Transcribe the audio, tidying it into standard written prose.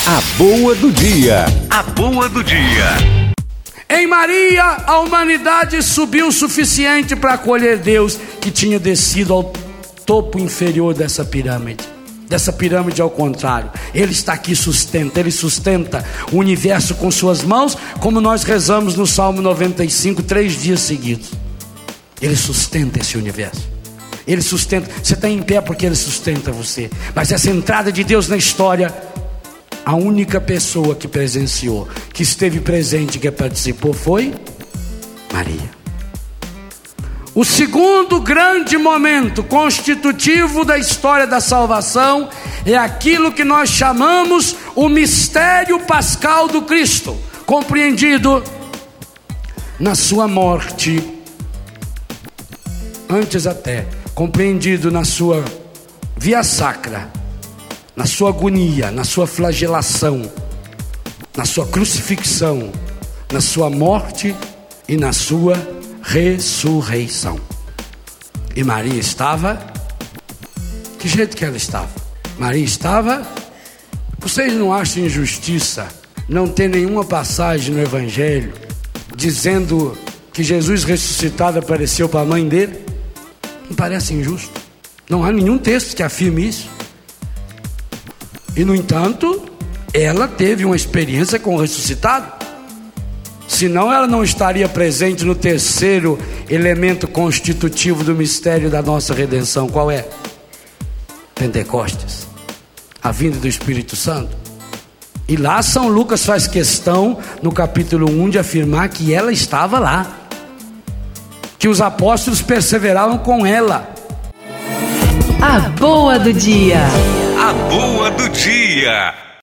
A boa do dia. A boa do dia. Em Maria, a humanidade subiu o suficiente para acolher Deus, que tinha descido ao topo inferior dessa pirâmide ao contrário. Ele está aqui, ele sustenta o universo com suas mãos, como nós rezamos no Salmo 95, 3 dias seguidos. Ele sustenta esse universo. Ele sustenta, você está em pé porque Ele sustenta você. Mas essa entrada de Deus na história, a única pessoa que presenciou, que esteve presente, que participou, foi Maria. O segundo grande momento constitutivo da história da salvação é aquilo que nós chamamos o mistério pascal do Cristo, compreendido na sua morte, antes até, compreendido na sua via sacra, na sua agonia, na sua flagelação, na sua crucifixão, na sua morte e na sua ressurreição. E Maria estava, que jeito que ela estava? Maria estava, vocês não acham injustiça não ter nenhuma passagem no Evangelho dizendo que Jesus ressuscitado apareceu para a mãe dele? Não parece injusto? Não há nenhum texto que afirme isso. E no entanto, ela teve uma experiência com o ressuscitado. Senão ela não estaria presente no terceiro elemento constitutivo do mistério da nossa redenção. Qual é? Pentecostes, a vinda do Espírito Santo. E lá São Lucas faz questão, no capítulo 1, de afirmar que ela estava lá, que os apóstolos perseveravam com ela. A boa do dia. A boa do dia.